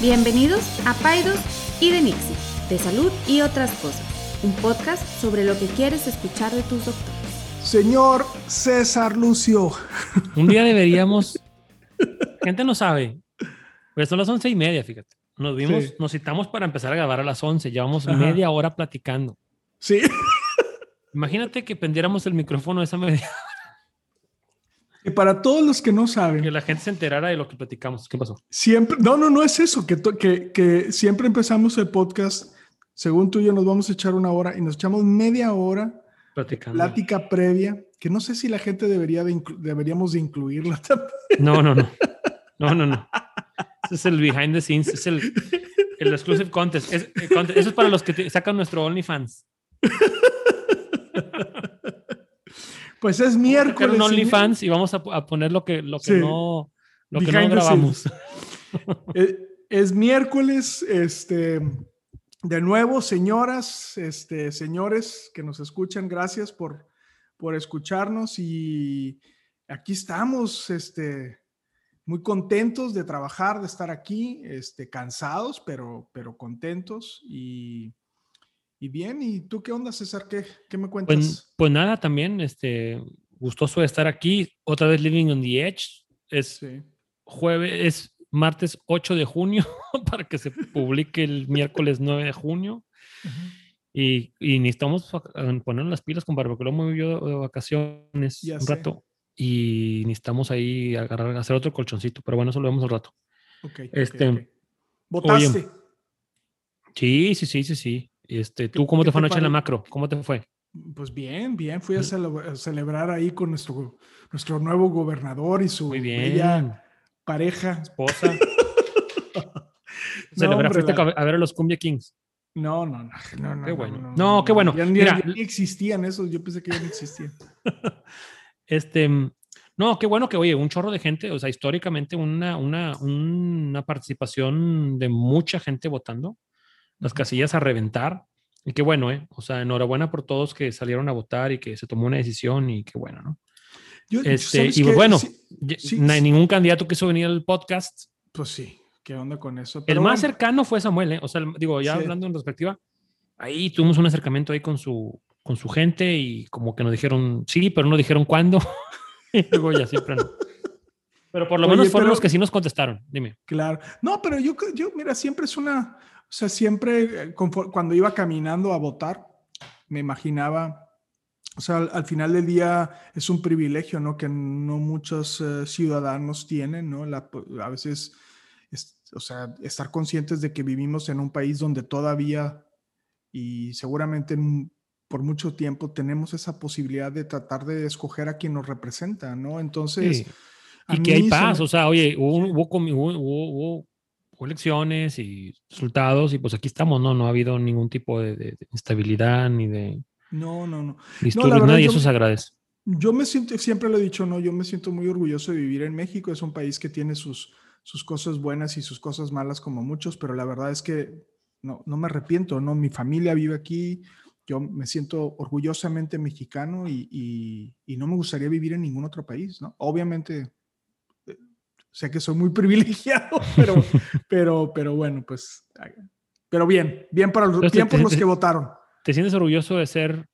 Bienvenidos a Paidos y de Nixie, de salud y otras cosas. Un podcast sobre lo que quieres escuchar de tus doctores. Señor César Lucio. Un día deberíamos... Gente no sabe, pero son las 11:30, fíjate. Nos citamos para empezar a grabar a las 11. Llevamos media hora platicando. Sí. Imagínate que prendiéramos el micrófono esa media. Y para todos los que no saben, Que la gente se enterara de lo que platicamos. ¿Qué pasó? Siempre, no es eso, que siempre empezamos el podcast, según tú y yo nos vamos a echar una hora y nos echamos media hora Platicando. Plática previa, que no sé si la gente deberíamos de incluirla también. No. Ese es el behind the scenes, es el exclusive contest. Eso es para los que sacan nuestro OnlyFans. Pues es miércoles. Un OnlyFans y vamos a poner lo que no grabamos. Es miércoles, de nuevo, señoras, señores que nos escuchan, gracias por escucharnos y aquí estamos, muy contentos de trabajar, de estar aquí, cansados, pero contentos y bien. ¿Y tú qué onda, César? ¿Qué me cuentas? Pues nada, también, gustoso de estar aquí, otra vez Living on the Edge. Es martes 8 de junio para que se publique el miércoles 9 de junio. Uh-huh. Y necesitamos poner las pilas con Barbacoa. Me voy yo de vacaciones rato y necesitamos ahí hacer otro colchoncito, pero bueno, eso lo vemos al rato. Okay. Oye, ¿Votaste? Sí. ¿Tú cómo te fue anoche en la macro? ¿Cómo te fue? Pues bien. Fui a celebrar ahí con nuestro nuevo gobernador y su bella pareja. Esposa. ¿Fuiste a ver a los Cumbia Kings? No. Qué bueno. No, qué bueno. Ya ni existían esos. Yo pensé que ya no existían. No, qué bueno que, oye, un chorro de gente, o sea, históricamente una participación de mucha gente votando, las casillas a reventar, y qué bueno, o sea, enhorabuena por todos que salieron a votar y que se tomó una decisión y qué bueno, ¿no? Ningún candidato quiso venir al podcast. Pues sí, ¿qué onda con eso? Pero el más cercano fue Samuel, o sea, hablando en perspectiva, ahí tuvimos un acercamiento ahí con su gente y como que nos dijeron sí, pero no dijeron cuándo. Y luego ya siempre no. Pero por lo menos fueron los que sí nos contestaron. Dime. Claro. No, pero yo mira, siempre es una... O sea, siempre cuando iba caminando a votar, me imaginaba... O sea, al final del día es un privilegio, ¿no? Que no muchos ciudadanos tienen, ¿no? A veces, estar conscientes de que vivimos en un país donde todavía y seguramente por mucho tiempo tenemos esa posibilidad de tratar de escoger a quien nos representa, ¿no? Entonces... Sí. Y que hay paz, o sea, oye, hubo elecciones y resultados y pues aquí estamos, ¿no? No ha habido ningún tipo de instabilidad ni de... No. Disturbios, nada, y eso se agradece. Yo me siento, siempre lo he dicho, ¿no? Yo me siento muy orgulloso de vivir en México. Es un país que tiene sus cosas buenas y sus cosas malas como muchos, pero la verdad es que no me arrepiento, ¿no? Mi familia vive aquí. Yo me siento orgullosamente mexicano y no me gustaría vivir en ningún otro país, ¿no? Obviamente, sé que soy muy privilegiado, pero bueno, pues, pero bien por los que votaron. ¿Te sientes orgulloso de ser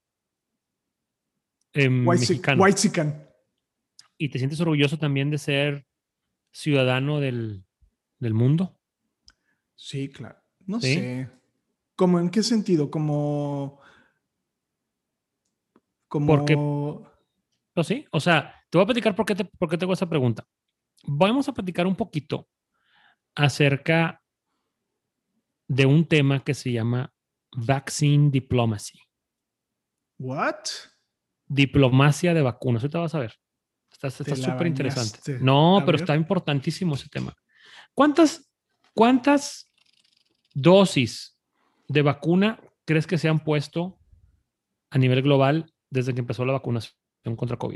mexicano? Whitexican. ¿Y te sientes orgulloso también de ser ciudadano del mundo? Sí, claro. No sé. ¿Cómo en qué sentido? Como... Porque, no, sí, o sea, te voy a platicar por qué te hago esa pregunta. Vamos a platicar un poquito acerca de un tema que se llama Vaccine Diplomacy. ¿What? Diplomacia de vacunas. Ahorita vas a ver. Está súper interesante. No, pero está importantísimo ese tema. ¿Cuántas dosis de vacuna crees que se han puesto a nivel global desde que empezó la vacunación contra COVID?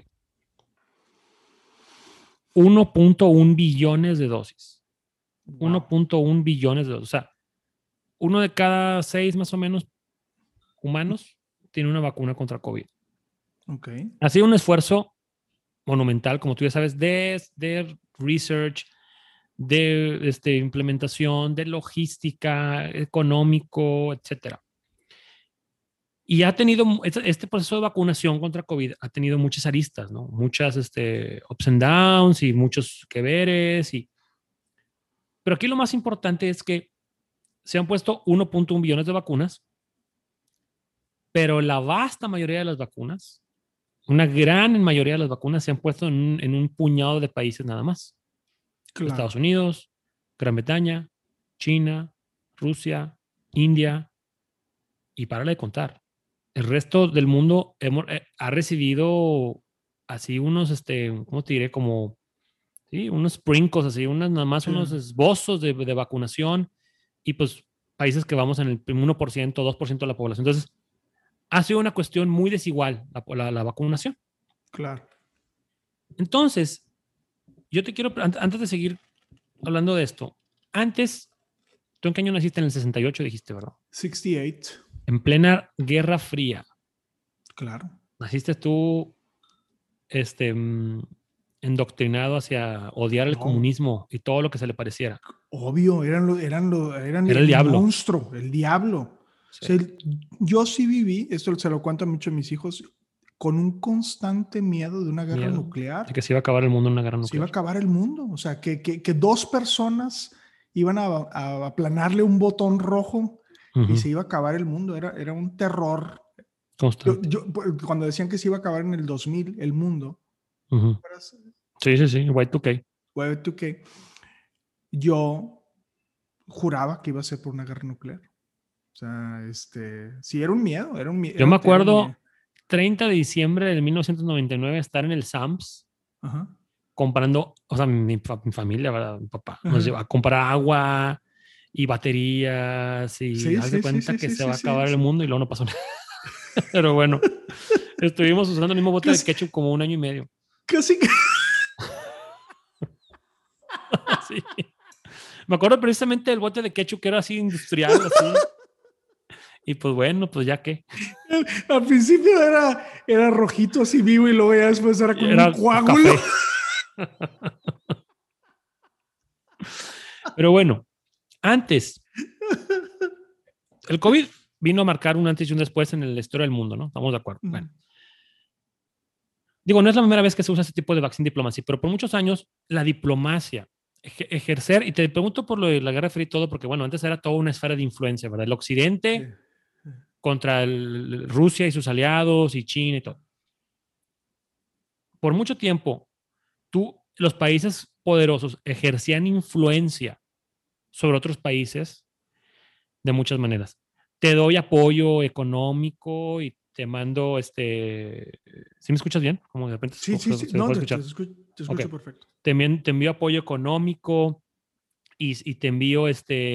1.1 billones de dosis. Wow. 1.1 billones de dosis. O sea, 1 de cada 6 más o menos humanos tiene una vacuna contra COVID. Okay. Ha sido un esfuerzo monumental, como tú ya sabes, de research, de implementación, de logística, económico, etcétera. Y ha tenido, este proceso de vacunación contra COVID ha tenido muchas aristas, ¿no? Muchas ups and downs y muchos que veres. Pero aquí lo más importante es que se han puesto 1.1 billones de vacunas, pero la vasta mayoría de las vacunas, una gran mayoría de las vacunas se han puesto en un puñado de países nada más. Claro. Estados Unidos, Gran Bretaña, China, Rusia, India, y párale de contar. El resto del mundo ha recibido así unos, ¿cómo te diré? Como, sí, unos sprinkles, así, nada más unos esbozos de vacunación, y pues países que vamos en el 1%, 2% de la población. Entonces, ha sido una cuestión muy desigual la vacunación. Claro. Entonces, yo te quiero, antes de seguir hablando de esto, antes, ¿tú en qué año naciste? En el 68, dijiste, ¿verdad? 68. En plena Guerra Fría. Claro. ¿Naciste tú endoctrinado hacia odiar el comunismo y todo lo que se le pareciera? Obvio, eran Era el diablo. Monstruo, el diablo. Sí. O sea, yo sí viví, esto se lo cuento a muchos de mis hijos, con un constante miedo de una guerra nuclear. De que se iba a acabar el mundo en una guerra nuclear. Se iba a acabar el mundo. O sea, que dos personas iban a aplanarle un botón rojo y se iba a acabar el mundo. Era un terror constante. Cuando decían que se iba a acabar en el 2000 el mundo. Sí, Y2K. Y2K. Yo juraba que iba a ser por una guerra nuclear. O sea, sí, era un miedo. Yo me acuerdo, 30 de diciembre de 1999, estar en el Sam's, comprando, o sea, mi familia, ¿verdad? Mi papá nos lleva a comprar agua y baterías y haz de cuenta que se va a acabar el mundo y luego no pasó nada. Pero bueno, estuvimos usando el mismo bote de ketchup como 1 año y medio. Casi que... Sí. Me acuerdo precisamente del bote de ketchup que era así industrial, así. Y pues bueno, pues ya qué. Al principio era rojito así vivo y luego ya después era como un coágulo. Pero bueno, antes, el COVID vino a marcar un antes y un después en la historia del mundo, ¿no? Estamos de acuerdo. Bueno. Digo, no es la primera vez que se usa este tipo de vaccine diplomacy, pero por muchos años la diplomacia, ejercer, y te pregunto por lo de la Guerra Fría y todo, porque bueno, antes era toda una esfera de influencia, ¿verdad? El occidente contra Rusia y sus aliados y China y todo. Por mucho tiempo, los países poderosos ejercían influencia sobre otros países de muchas maneras. Te doy apoyo económico y te mando, ¿sí me escuchas bien? Como de repente sí. No, te escucho perfecto. Te envío apoyo económico y te envío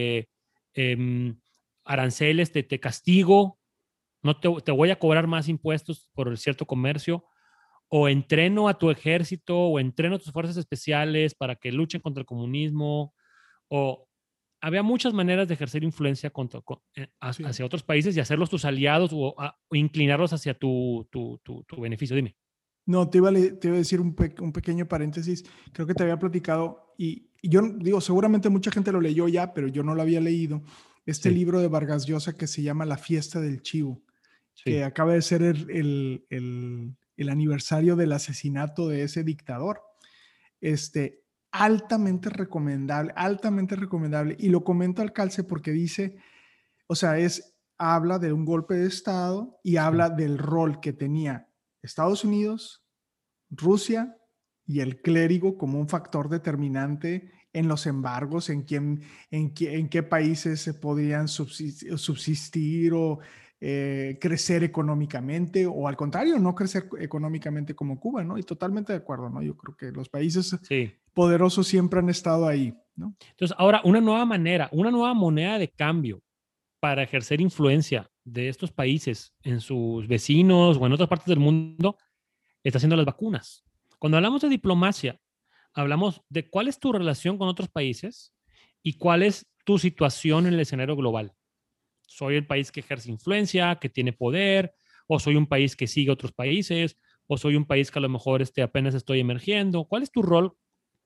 aranceles, te castigo, no te voy a cobrar más impuestos por cierto comercio, o entreno a tu ejército, o entreno a tus fuerzas especiales para que luchen contra el comunismo, o había muchas maneras de ejercer influencia hacia otros países y hacerlos tus aliados o inclinarlos hacia tu beneficio. Dime. No, te iba a decir un pequeño paréntesis. Creo que te había platicado y yo digo, seguramente mucha gente lo leyó ya, pero yo no lo había leído. Libro de Vargas Llosa que se llama La Fiesta del Chivo, que acaba de ser el aniversario del asesinato de ese dictador. Altamente recomendable. Y lo comento al calce porque dice, o sea, habla de un golpe de Estado y habla del rol que tenía Estados Unidos, Rusia y el clérigo como un factor determinante en los embargos, en qué países se podían subsistir o crecer económicamente, o al contrario, no crecer económicamente como Cuba, ¿no? Y totalmente de acuerdo, ¿no? Yo creo que los países poderosos siempre han estado ahí, ¿no? Entonces, ahora una nueva moneda de cambio para ejercer influencia de estos países en sus vecinos o en otras partes del mundo está haciendo las vacunas. Cuando hablamos de diplomacia, hablamos de cuál es tu relación con otros países y cuál es tu situación en el escenario global. Soy el país que ejerce influencia, que tiene poder, o soy un país que sigue a otros países, o soy un país que a lo mejor apenas estoy emergiendo. ¿Cuál es tu rol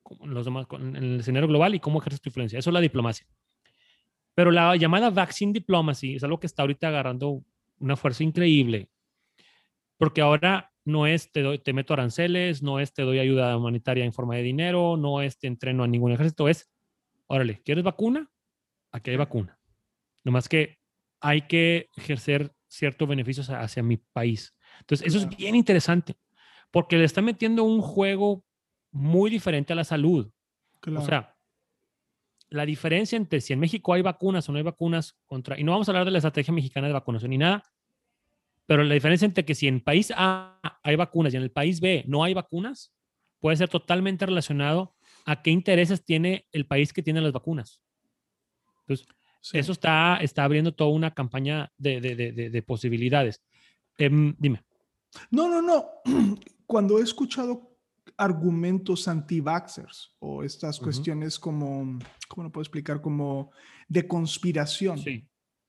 los demás, en el escenario global y cómo ejerces tu influencia. Eso es la diplomacia. Pero la llamada vaccine diplomacy es algo que está ahorita agarrando una fuerza increíble, porque ahora no es te meto aranceles, no es te doy ayuda humanitaria en forma de dinero, no es te entreno a ningún ejército, es, órale, ¿quieres vacuna? Aquí hay vacuna. Nomás que hay que ejercer ciertos beneficios hacia mi país. Entonces, eso es bien interesante, porque le está metiendo un juego muy diferente a la salud. Claro. O sea, la diferencia entre si en México hay vacunas o no hay vacunas contra, y no vamos a hablar de la estrategia mexicana de vacunación ni nada, pero la diferencia entre que si en país A hay vacunas y en el país B no hay vacunas, puede ser totalmente relacionado a qué intereses tiene el país que tiene las vacunas. Entonces, sí. Eso está abriendo toda una campaña de posibilidades. Dime. No. Cuando he escuchado argumentos anti-vaxxers o estas cuestiones como, ¿cómo lo puedo explicar? Como de conspiración. Sí.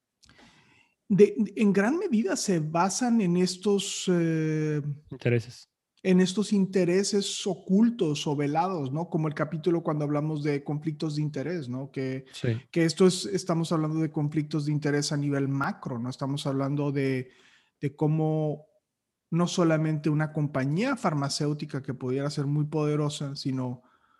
En gran medida se basan en estos intereses. En estos intereses ocultos o velados, ¿no? Como el capítulo cuando hablamos de conflictos de interés, ¿no? Que estamos hablando de conflictos de interés a nivel macro, ¿no? Estamos hablando de cómo no solamente una compañía farmacéutica que pudiera ser muy poderosa, sino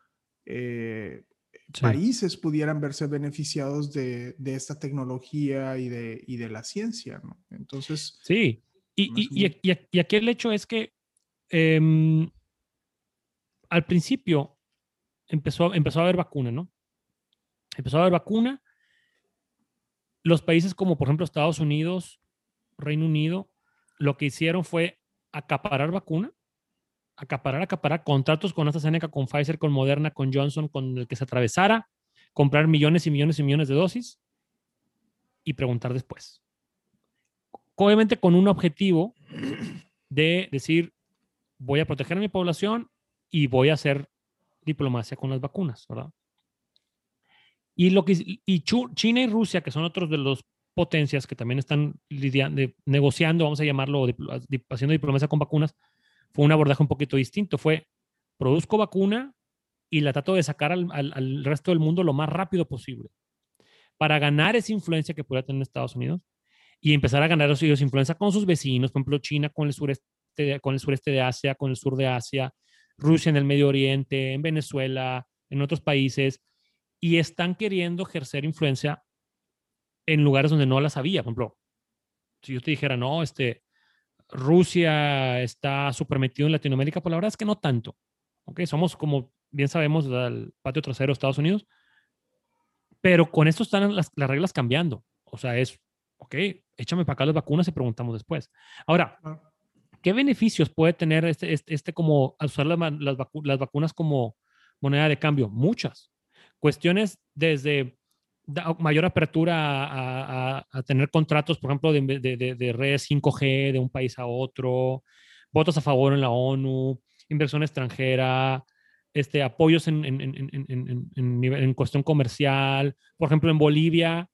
países pudieran verse beneficiados de esta tecnología y de la ciencia, ¿no? Entonces... Sí, y aquí el hecho es que al principio empezó a haber vacuna, ¿no? Empezó a haber vacuna. Los países como, por ejemplo, Estados Unidos, Reino Unido, lo que hicieron fue acaparar vacuna, acaparar contratos con AstraZeneca, con Pfizer, con Moderna, con Johnson, con el que se atravesara, comprar millones y millones y millones de dosis y preguntar después. Obviamente con un objetivo de decir, voy a proteger a mi población y voy a hacer diplomacia con las vacunas, ¿verdad? Y China y Rusia, que son otros de los potencias que también están negociando, vamos a llamarlo, haciendo diplomacia con vacunas, fue un abordaje un poquito distinto. Fue, produzco vacuna y la trato de sacar al resto del mundo lo más rápido posible para ganar esa influencia que pueda tener Estados Unidos y empezar a ganar ellos influencia con sus vecinos, por ejemplo, China con el sureste de Asia, con el sur de Asia, Rusia en el Medio Oriente, en Venezuela, en otros países, y están queriendo ejercer influencia en lugares donde no las había. Por ejemplo, si yo te dijera, no, Rusia está súper metido en Latinoamérica, pues la verdad es que no tanto. ¿Okay? Somos, como bien sabemos, el patio trasero de Estados Unidos, pero con esto están las reglas cambiando. O sea, ok, échame para acá las vacunas y preguntamos después. Ahora, ¿qué beneficios puede tener como usar las vacunas como moneda de cambio? Muchas. Cuestiones desde mayor apertura a tener contratos, por ejemplo, de redes 5G de un país a otro, votos a favor en la ONU, inversión extranjera, apoyos en cuestión comercial. Por ejemplo, en Bolivia,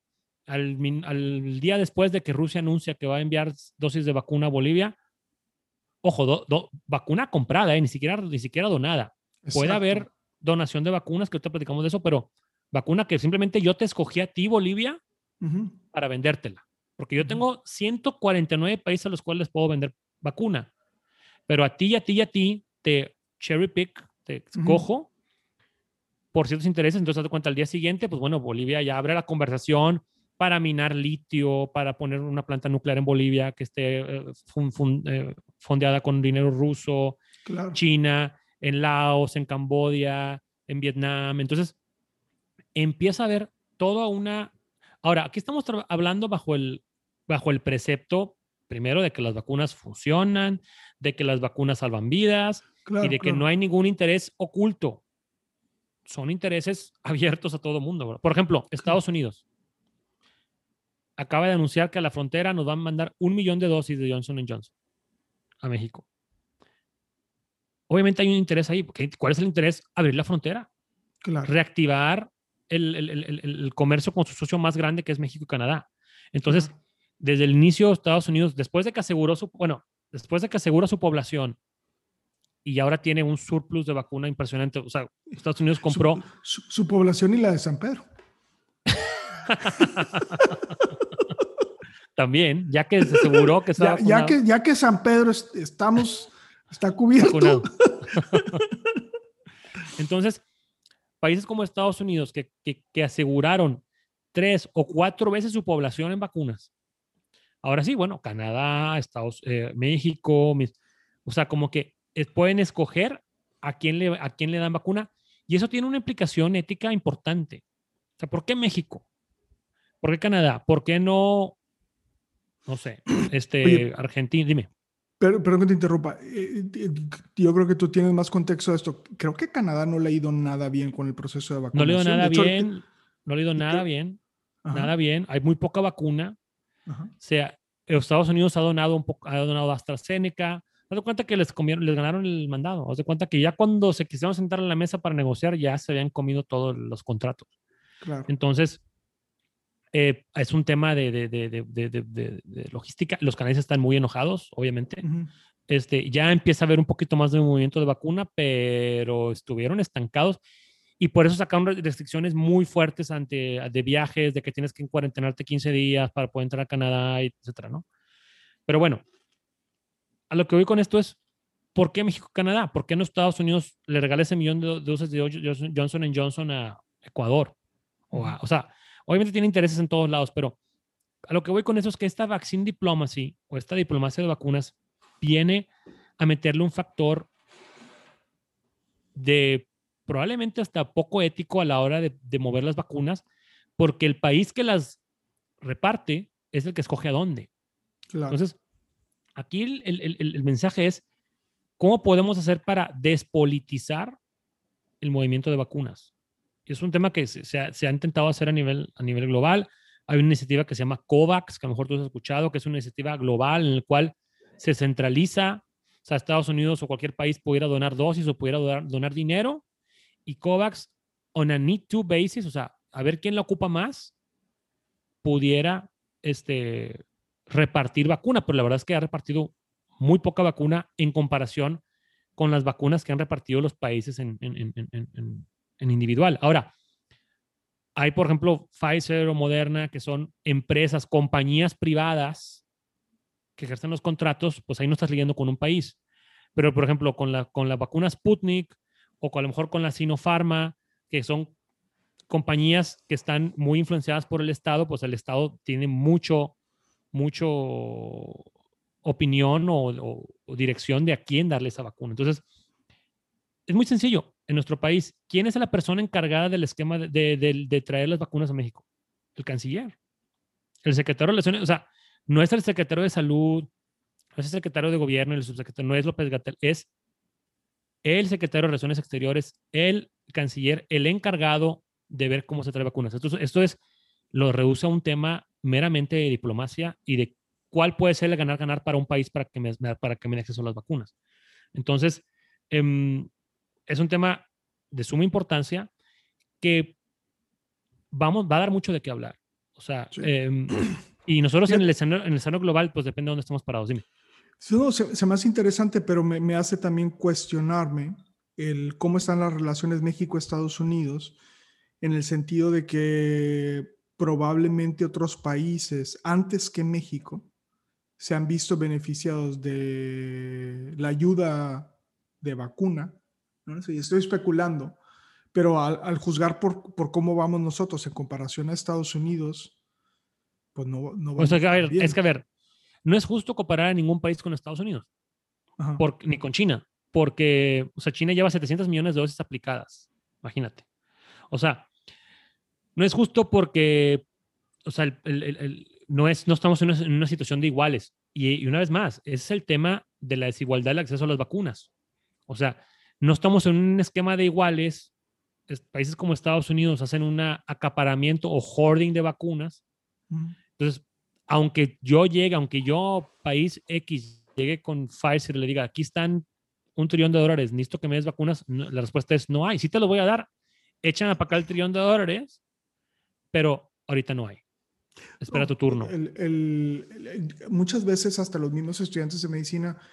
al día después de que Rusia anuncia que va a enviar dosis de vacuna a Bolivia, ojo, vacuna comprada, ni siquiera donada. Exacto. Puede haber donación de vacunas, que ahorita platicamos de eso, pero vacuna que simplemente yo te escogí a ti, Bolivia, para vendértela. Porque yo tengo 149 países a los cuales puedo vender vacuna. Pero a ti te cherry pick, te escojo por ciertos intereses. Entonces, te das cuenta, al día siguiente, pues bueno, Bolivia ya abre la conversación para minar litio, para poner una planta nuclear en Bolivia que esté fondeada con dinero ruso, claro. China, en Laos, en Camboya, en Vietnam. Entonces, empieza a haber toda una... Ahora, aquí estamos hablando bajo el precepto, primero, de que las vacunas funcionan, de que las vacunas salvan vidas, claro, y de que no hay ningún interés oculto. Son intereses abiertos a todo el mundo, bro. Por ejemplo, Estados Unidos acaba de anunciar que a la frontera nos van a mandar 1 millón de dosis de Johnson & Johnson a México. Obviamente hay un interés ahí. ¿Cuál es el interés? Abrir la frontera. Claro. Reactivar el comercio con su socio más grande, que es México y Canadá. Entonces, claro, desde el inicio, Estados Unidos, después de que asegura su población y ahora tiene un surplus de vacuna impresionante. O sea, Estados Unidos compró... Su población y la de San Pedro. También, ya que se aseguró que está vacunado. Ya que San Pedro está cubierto. Vacunado. Entonces, países como Estados Unidos que aseguraron 3 o 4 veces su población en vacunas. Ahora sí, bueno, Canadá, México, o sea, como que pueden escoger a quién le dan vacuna, y eso tiene una implicación ética importante. O sea, ¿por qué México? ¿Por qué Canadá? ¿Por qué no sé, Oye, Argentina? Dime. Perdón que te interrumpa. Yo creo que tú tienes más contexto de esto. Creo que Canadá no le ha ido nada bien con el proceso de No le ha ido vacunación. nada De hecho, bien, no le ha ido nada bien, nada bien. Hay muy poca vacuna. Ajá. O sea, Estados Unidos ha donado AstraZeneca. Haz de cuenta que les ganaron el mandado. Haz de cuenta que ya cuando se quisieron sentar a la mesa para negociar, ya se habían comido todos los contratos. Claro. Entonces, es un tema de logística. Los canadienses están muy enojados, obviamente. Uh-huh. Ya empieza a haber un poquito más de movimiento de vacuna, pero estuvieron estancados y por eso sacaron restricciones muy fuertes de viajes, de que tienes que cuarentenarte 15 días para poder entrar a Canadá, etcétera, ¿no? Pero bueno, a lo que voy con esto es, ¿por qué México y Canadá? ¿Por qué no Estados Unidos le regala ese millón de dosis de Johnson Johnson a Ecuador? O sea, obviamente tiene intereses en todos lados, pero a lo que voy con eso es que esta vaccine diplomacy o esta diplomacia de vacunas viene a meterle un factor de probablemente hasta poco ético a la hora de mover las vacunas, porque el país que las reparte es el que escoge a dónde. Claro. Entonces, aquí el mensaje es, ¿cómo podemos hacer para despolitizar el movimiento de vacunas? Es un tema que se ha intentado hacer a nivel global. Hay una iniciativa que se llama COVAX, que a lo mejor tú has escuchado, que es una iniciativa global en la cual se centraliza, o sea, Estados Unidos o cualquier país pudiera donar dosis o pudiera donar dinero, y COVAX, on a need-to basis, o sea, a ver quién la ocupa más, pudiera repartir vacuna, pero la verdad es que ha repartido muy poca vacuna en comparación con las vacunas que han repartido los países en individual. Ahora, hay, por ejemplo, Pfizer o Moderna, que son empresas, compañías privadas que ejercen los contratos, pues ahí no estás lidiando con un país. Pero, por ejemplo, con la vacuna Sputnik o a lo mejor con la Sinopharma, que son compañías que están muy influenciadas por el Estado, pues el Estado tiene mucho opinión o dirección de a quién darle esa vacuna. Entonces, es muy sencillo. En nuestro país, ¿quién es la persona encargada del esquema de traer las vacunas a México? El canciller, el secretario de Relaciones, o sea, no es el secretario de Salud, no es el secretario de Gobierno, el subsecretario, no es López-Gatell, es el secretario de Relaciones Exteriores, el canciller, el encargado de ver cómo se trae vacunas. Esto lo reduce a un tema meramente de diplomacia y de cuál puede ser el ganar-ganar para un país para que me dé acceso a las vacunas. Entonces, es un tema de suma importancia que va a dar mucho de qué hablar. O sea, sí. Y nosotros en el escenario global, pues depende de dónde estamos parados. Dime. No, se me hace interesante, pero me hace también cuestionarme cómo están las relaciones México-Estados Unidos, en el sentido de que probablemente otros países, antes que México, se han visto beneficiados de la ayuda de vacuna, ¿no? Sí, estoy especulando, pero al juzgar por cómo vamos nosotros en comparación a Estados Unidos, pues no vamos o sea, bien. Es que, a ver, no es justo comparar a ningún país con Estados Unidos, ni con China, porque, o sea, China lleva 700 millones de dosis aplicadas, imagínate. O sea, no es justo porque, o sea, no estamos en una situación de iguales. Y una vez más, ese es el tema de la desigualdad del acceso a las vacunas. O sea, no estamos en un esquema de iguales. Países como Estados Unidos hacen un acaparamiento o hoarding de vacunas. Entonces, aunque yo, país X, llegue con Pfizer y le diga, aquí están $1 trillón, necesito que me des vacunas, no, la respuesta es no hay. Sí te lo voy a dar, échame para acá $1 trillón, pero ahorita no hay. Espera tu turno. Muchas veces hasta los mismos estudiantes de medicina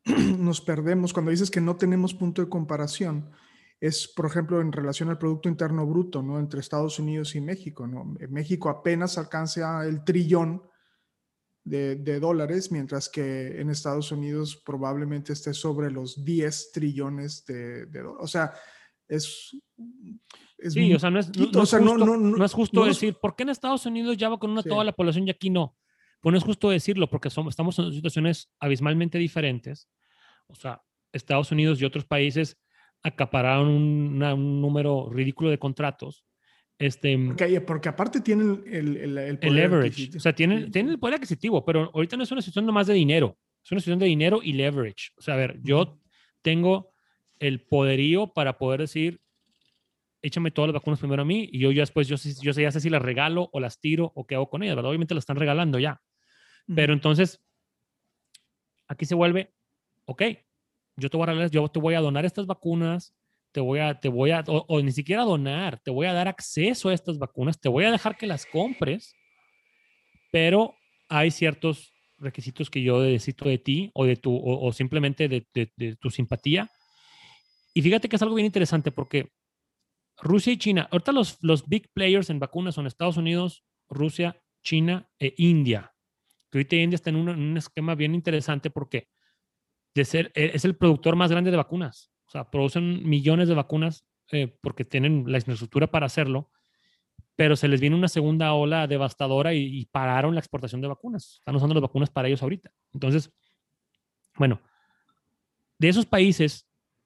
nos perdemos cuando dices que no tenemos punto de comparación. Es, por ejemplo, en relación al Producto Interno Bruto, ¿no? Entre Estados Unidos y México, ¿no? México apenas alcanza el trillón de dólares, mientras que en Estados Unidos probablemente esté sobre los 10 trillones de dólares. O sea, es Sí, o sea, no es, no, poquito. no O es sea, justo, no es justo no nos... decir, ¿por qué en Estados Unidos ya vacuna Sí, toda la población y aquí no? Pues no es justo decirlo porque estamos en situaciones abismalmente diferentes. O sea, Estados Unidos y otros países acapararon un número ridículo de contratos. porque aparte tienen el El poder leverage, o adquisitivo. sea, Sí, tienen el poder adquisitivo, pero ahorita no es una situación nomás de dinero, es una situación de dinero y leverage. O sea, a ver, yo tengo el poderío para poder decir, échame todas las vacunas primero a mí y yo ya después, yo ya sé si las regalo o las tiro o qué hago con ellas, ¿verdad? Obviamente las están regalando ya. Pero entonces, aquí se vuelve, ok, yo te voy a donar estas vacunas, o ni siquiera donar, te voy a dar acceso a estas vacunas, te voy a dejar que las compres, pero hay ciertos requisitos que yo necesito de ti o simplemente de tu simpatía. Y fíjate que es algo bien interesante porque Rusia y China, ahorita los big players en vacunas son Estados Unidos, Rusia, China e India. Que ahorita India está en un esquema bien interesante porque es el productor más grande de vacunas. O sea, producen millones de vacunas porque tienen la infraestructura para hacerlo, pero se les viene una segunda ola devastadora y pararon la exportación de vacunas. Están usando las vacunas para ellos ahorita. Entonces, bueno, de esos países,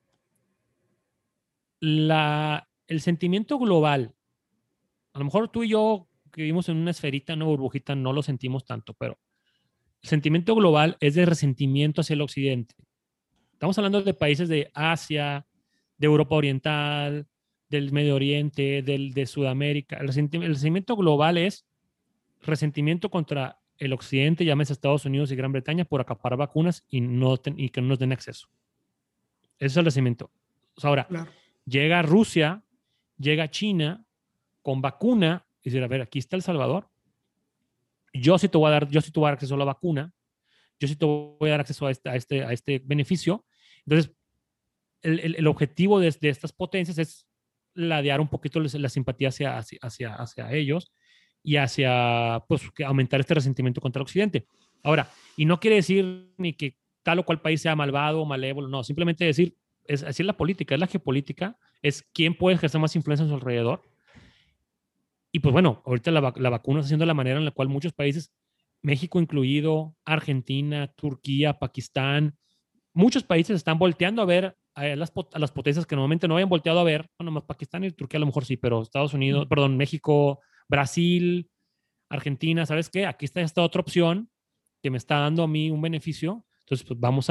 el sentimiento global, a lo mejor tú y yo que vivimos en una esferita, una burbujita, no lo sentimos tanto, pero el sentimiento global es de resentimiento hacia el occidente. Estamos hablando de países de Asia, de Europa Oriental, del Medio Oriente, de Sudamérica. El resentimiento global es resentimiento contra el occidente, llámese Estados Unidos y Gran Bretaña, por acaparar vacunas y que no nos den acceso. Ese es el resentimiento. Ahora, claro. llega Rusia, llega China con vacuna y dice, a ver, aquí está El Salvador. Yo sí te voy a dar acceso a la vacuna. Yo sí te voy a dar acceso a este beneficio. Entonces, el objetivo de estas potencias es ladear un poquito la simpatía hacia ellos y hacia pues, aumentar este resentimiento contra el occidente. Ahora, y no quiere decir ni que tal o cual país sea malvado o malévolo, no, simplemente decir, así es la política, es la geopolítica, es quién puede ejercer más influencia en su alrededor. Y pues bueno, ahorita la vacuna está siendo la manera en la cual muchos países, México incluido, Argentina, Turquía, Pakistán, muchos países están volteando a ver a las potencias que normalmente no habían volteado a ver, bueno, más Pakistán y Turquía a lo mejor sí, pero Estados Unidos, perdón, México, Brasil, Argentina, ¿sabes qué? Aquí está esta otra opción que me está dando a mí un beneficio, entonces pues vamos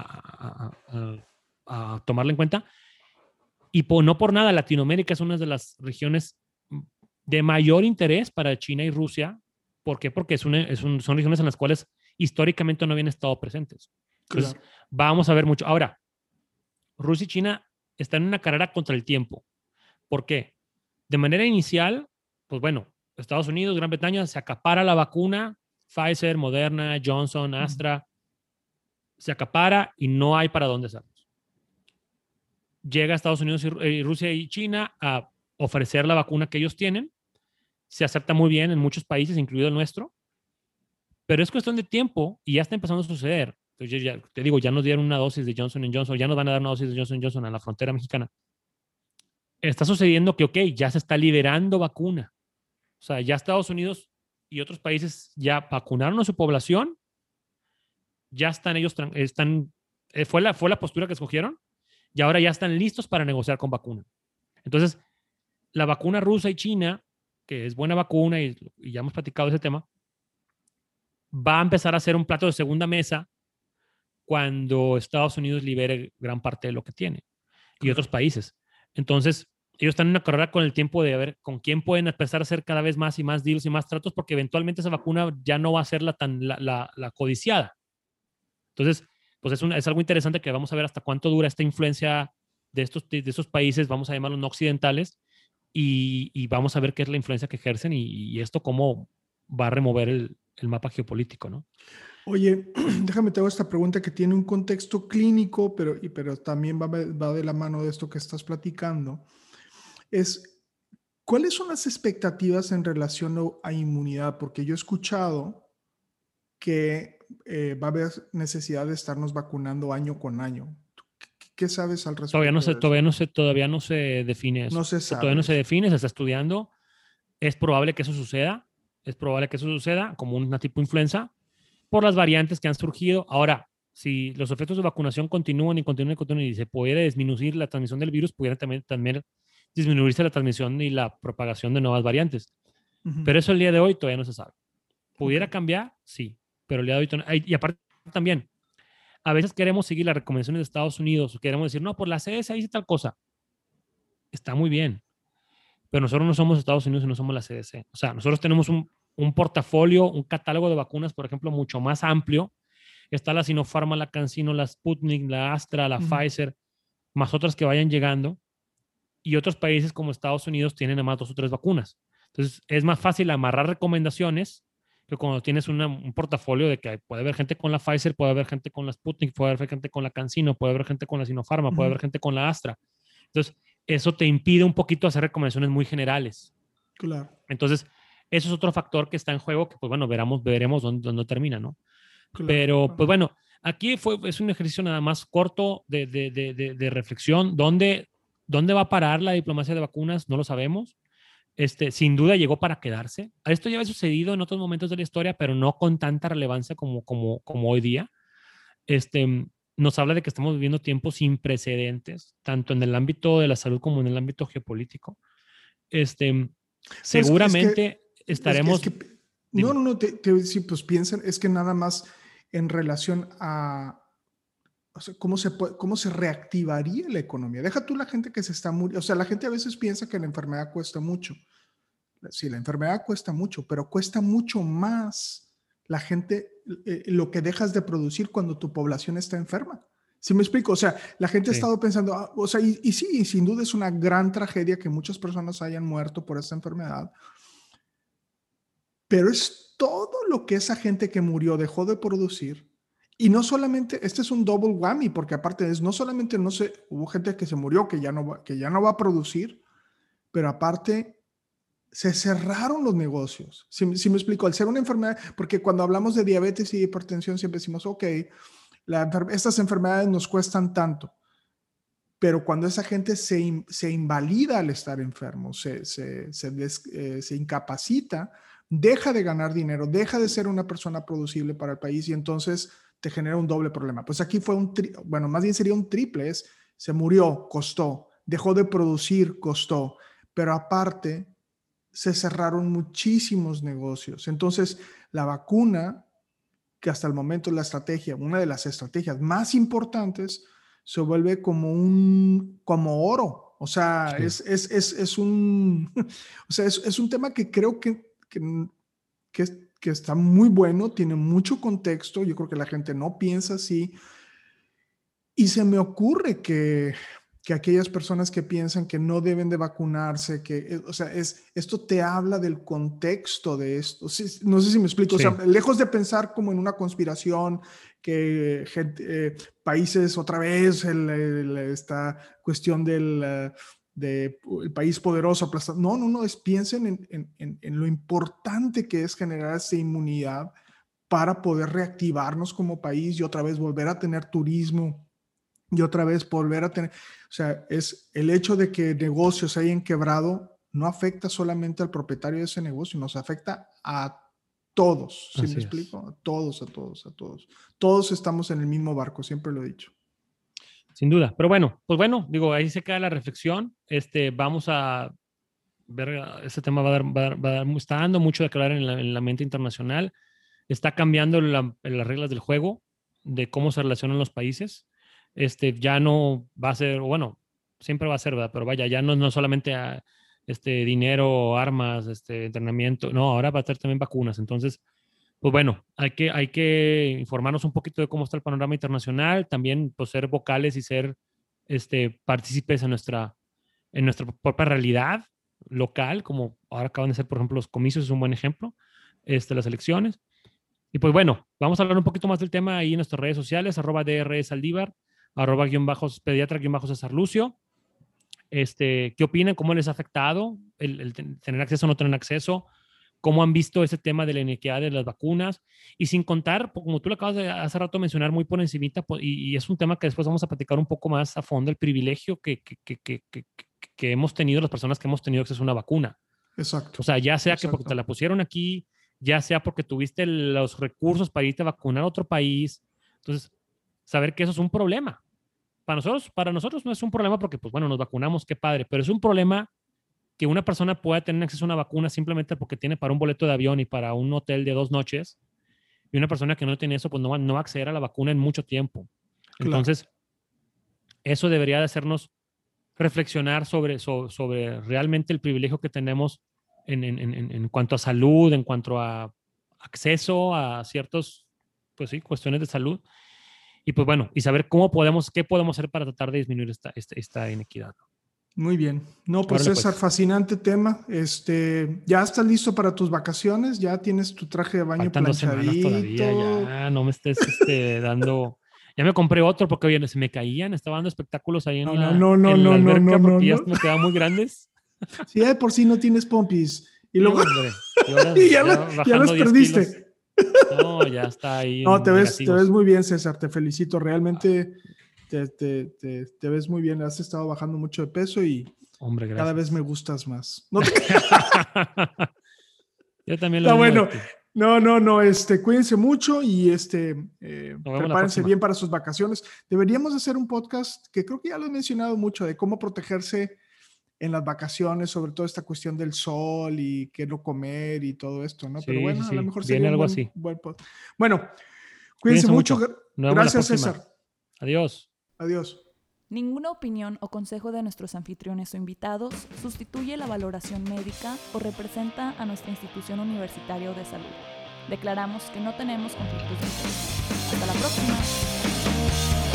a tomarla en cuenta. Y no por nada, Latinoamérica es una de las regiones de mayor interés para China y Rusia. ¿Por qué? Porque son regiones en las cuales históricamente no habían estado presentes. Entonces, claro, vamos a ver mucho. Ahora, Rusia y China están en una carrera contra el tiempo. ¿Por qué? De manera inicial, pues bueno, Estados Unidos, Gran Bretaña, se acapara la vacuna, Pfizer, Moderna, Johnson, Astra, se acapara y no hay para dónde hacerlos. Llega Estados Unidos y Rusia y China a ofrecer la vacuna que ellos tienen, se acepta muy bien en muchos países, incluido el nuestro, pero es cuestión de tiempo y ya está empezando a suceder. Entonces, ya, te digo, ya nos dieron una dosis de Johnson Johnson, ya nos van a dar una dosis de Johnson Johnson a la frontera mexicana. Está sucediendo que, ok, ya se está liberando vacuna. O sea, ya Estados Unidos y otros países ya vacunaron a su población, ya están ellos, fue la postura que escogieron y ahora ya están listos para negociar con vacuna. Entonces, la vacuna rusa y china, que es buena vacuna y ya hemos platicado de ese tema, va a empezar a ser un plato de segunda mesa cuando Estados Unidos libere gran parte de lo que tiene y otros países. Entonces, ellos están en una carrera con el tiempo de ver con quién pueden empezar a hacer cada vez más y más deals y más tratos, porque eventualmente esa vacuna ya no va a ser la codiciada. Entonces, pues es algo interesante que vamos a ver hasta cuánto dura esta influencia de estos países, vamos a llamarlos no occidentales, y vamos a ver qué es la influencia que ejercen y esto cómo va a remover el mapa geopolítico, ¿no? Oye, déjame te hago esta pregunta que tiene un contexto clínico, pero también va de la mano de esto que estás platicando. ¿Cuáles son las expectativas en relación a inmunidad? Porque yo he escuchado que va a haber necesidad de estarnos vacunando año con año. ¿Qué sabes al respecto de eso? Todavía no se define No eso. se Todavía no sabe se eso. define, se está estudiando. Es probable que eso suceda. Es probable que eso suceda como una tipo de influenza por las variantes que han surgido. Ahora, si los efectos de vacunación continúan y se pudiera disminuir la transmisión del virus, pudiera también disminuirse la transmisión y la propagación de nuevas variantes. Ujú. Pero eso el día de hoy todavía no se sabe. Ok, ¿Pudiera cambiar? Sí, pero el día de hoy y aparte también, a veces queremos seguir las recomendaciones de Estados Unidos, o queremos decir, no, por la CDC dice tal cosa. Está muy bien, pero nosotros no somos Estados Unidos y no somos la CDC. O sea, nosotros tenemos un portafolio, un catálogo de vacunas, por ejemplo, mucho más amplio. Está la Sinopharm, la CanSino, la Sputnik, la Astra, la ujú, Pfizer, más otras que vayan llegando. Y otros países como Estados Unidos tienen además 2 o 3 vacunas. Entonces, es más fácil amarrar recomendaciones que cuando tienes un portafolio de que puede haber gente con la Pfizer, puede haber gente con la Sputnik, puede haber gente con la CanSino, puede haber gente con la Sinopharm, puede ujú. haber gente con la Astra. Entonces, eso te impide un poquito hacer recomendaciones muy generales. Claro, Entonces, eso es otro factor que está en juego que, pues bueno, veremos dónde termina, ¿no? claro, Pero, pues claro. bueno, aquí es un ejercicio nada más corto de reflexión. ¿Dónde va a parar la diplomacia de vacunas? No lo sabemos. Sin duda llegó para quedarse. Esto ya había sucedido en otros momentos de la historia, pero no con tanta relevancia como hoy día. Nos habla de que estamos viviendo tiempos sin precedentes, tanto en el ámbito de la salud como en el ámbito geopolítico. Este, ¿Sabes qué? seguramente Es estaremos, que, no, dime, no, no, sí, pues piensan, es que nada más en relación a, o sea, cómo se reactivaría la economía. Deja tú la gente que se está muriendo, o sea, la gente a veces piensa que la enfermedad cuesta mucho. Sí, la enfermedad cuesta mucho, pero cuesta mucho más la gente, lo que dejas de producir cuando tu población está enferma. ¿Sí me explico? O sea, la gente ha sí, estado pensando, o sea, y sí, sin duda es una gran tragedia que muchas personas hayan muerto por esta enfermedad, pero es todo lo que esa gente que murió dejó de producir. Y no solamente, este es un double whammy, porque aparte es, no solamente no sé, hubo gente que se murió que ya no va a producir, pero aparte se cerraron los negocios. Si me explico, al ser una enfermedad, porque cuando hablamos de diabetes y hipertensión siempre decimos, ok, estas enfermedades nos cuestan tanto, pero cuando esa gente se invalida al estar enfermo, se incapacita, deja de ganar dinero, deja de ser una persona producible para el país y entonces te genera un doble problema. Pues aquí fue bueno, más bien sería un triple, se murió, costó, dejó de producir, costó, pero aparte se cerraron muchísimos negocios. Entonces, la vacuna, que hasta el momento es la estrategia, una de las estrategias más importantes, se vuelve como oro. O sea, sí, es un, o sea, es un tema que creo que, que está muy bueno, tiene mucho contexto. Yo creo que la gente no piensa así. Y se me ocurre que aquellas personas que piensan que no deben de vacunarse, o sea, esto te habla del contexto de esto. Sí, no sé si me explico, o sea, sí, lejos de pensar como en una conspiración, que países otra vez, esta cuestión el país poderoso aplastado. No, no, no, piensen en lo importante que es generar esa inmunidad para poder reactivarnos como país y otra vez volver a tener turismo y otra vez volver a tener, o sea, es el hecho de que negocios hayan quebrado no afecta solamente al propietario de ese negocio, nos afecta a todos, ¿sí me así es. explico? A todos, a todos, a todos. Todos estamos en el mismo barco, siempre lo he dicho. Sin duda. Pero bueno, pues bueno, digo, ahí se queda la reflexión. Vamos a ver, este tema está dando mucho de hablar en la mente internacional. Está cambiando las reglas del juego, de cómo se relacionan los países. Ya no va a ser, bueno, siempre va a ser, ¿verdad? Pero vaya, ya no solamente dinero, armas, entrenamiento, no, ahora va a ser también vacunas. Entonces, pues bueno, hay que informarnos un poquito de cómo está el panorama internacional, también pues, ser vocales y ser partícipes en nuestra propia realidad local, como ahora acaban de ser, por ejemplo, los comicios, es un buen ejemplo, las elecciones. Y pues bueno, vamos a hablar un poquito más del tema ahí en nuestras redes sociales, @DRSaldívar, @pediatra_César Lucio. ¿Qué opinan? ¿Cómo les ha afectado el tener acceso o no tener acceso? ¿Cómo han visto ese tema de la inequidad de las vacunas? Y sin contar, como tú lo acabas de hace rato mencionar muy por encimita, y es un tema que después vamos a platicar un poco más a fondo, el privilegio que hemos tenido las personas que hemos tenido acceso a una vacuna. Exacto. O sea, ya sea que Exacto. porque te la pusieron aquí, ya sea porque tuviste los recursos para irte a vacunar a otro país. Entonces, saber que eso es un problema. Para nosotros no es un problema porque, pues bueno, nos vacunamos, qué padre, pero es un problema que una persona pueda tener acceso a una vacuna simplemente porque tiene para un boleto de avión y para un hotel de 2 noches, y una persona que no tiene eso, pues no va a acceder a la vacuna en mucho tiempo. Claro. Entonces, eso debería de hacernos reflexionar sobre realmente el privilegio que tenemos en cuanto a salud, en cuanto a acceso a ciertos, pues sí, cuestiones de salud. Y pues bueno, y saber qué podemos hacer para tratar de disminuir esta inequidad. Muy bien. No, pues Órale, César, pues. fascinante tema. ¿Ya estás listo para tus vacaciones? ¿Ya tienes tu traje de baño Faltan 2 semanas todavía, planchadito? ya no me estés dando. Ya me compré otro porque, oye, se me caían, estaba dando espectáculos ahí en la alberca porque ya me quedaban muy grandes. Sí, de por sí no tienes pompis. Y luego hombre, y ahora y ya bajando los 10 perdiste. kilos. No, ya está ahí No, te ves negativos. muy bien, César. Te felicito. Realmente te ves muy bien. Has estado bajando mucho de peso y hombre, gracias. cada vez me gustas más. No Yo también lo Está mismo bueno. de ti. No, cuídense mucho y prepárense bien para sus vacaciones. Deberíamos hacer un podcast que creo que ya lo he mencionado mucho, de cómo protegerse en las vacaciones, sobre todo esta cuestión del sol y qué no comer y todo esto, ¿no? Sí, Pero bueno, sí, a lo sí. mejor Viene sería algo un así. buen podcast. Bueno, cuídense mucho. Nos vemos Gracias, la próxima. César. Adiós. Adiós. Ninguna opinión o consejo de nuestros anfitriones o invitados sustituye la valoración médica o representa a nuestra institución universitaria o de salud. Declaramos que no tenemos conflictos de interés. Hasta la próxima.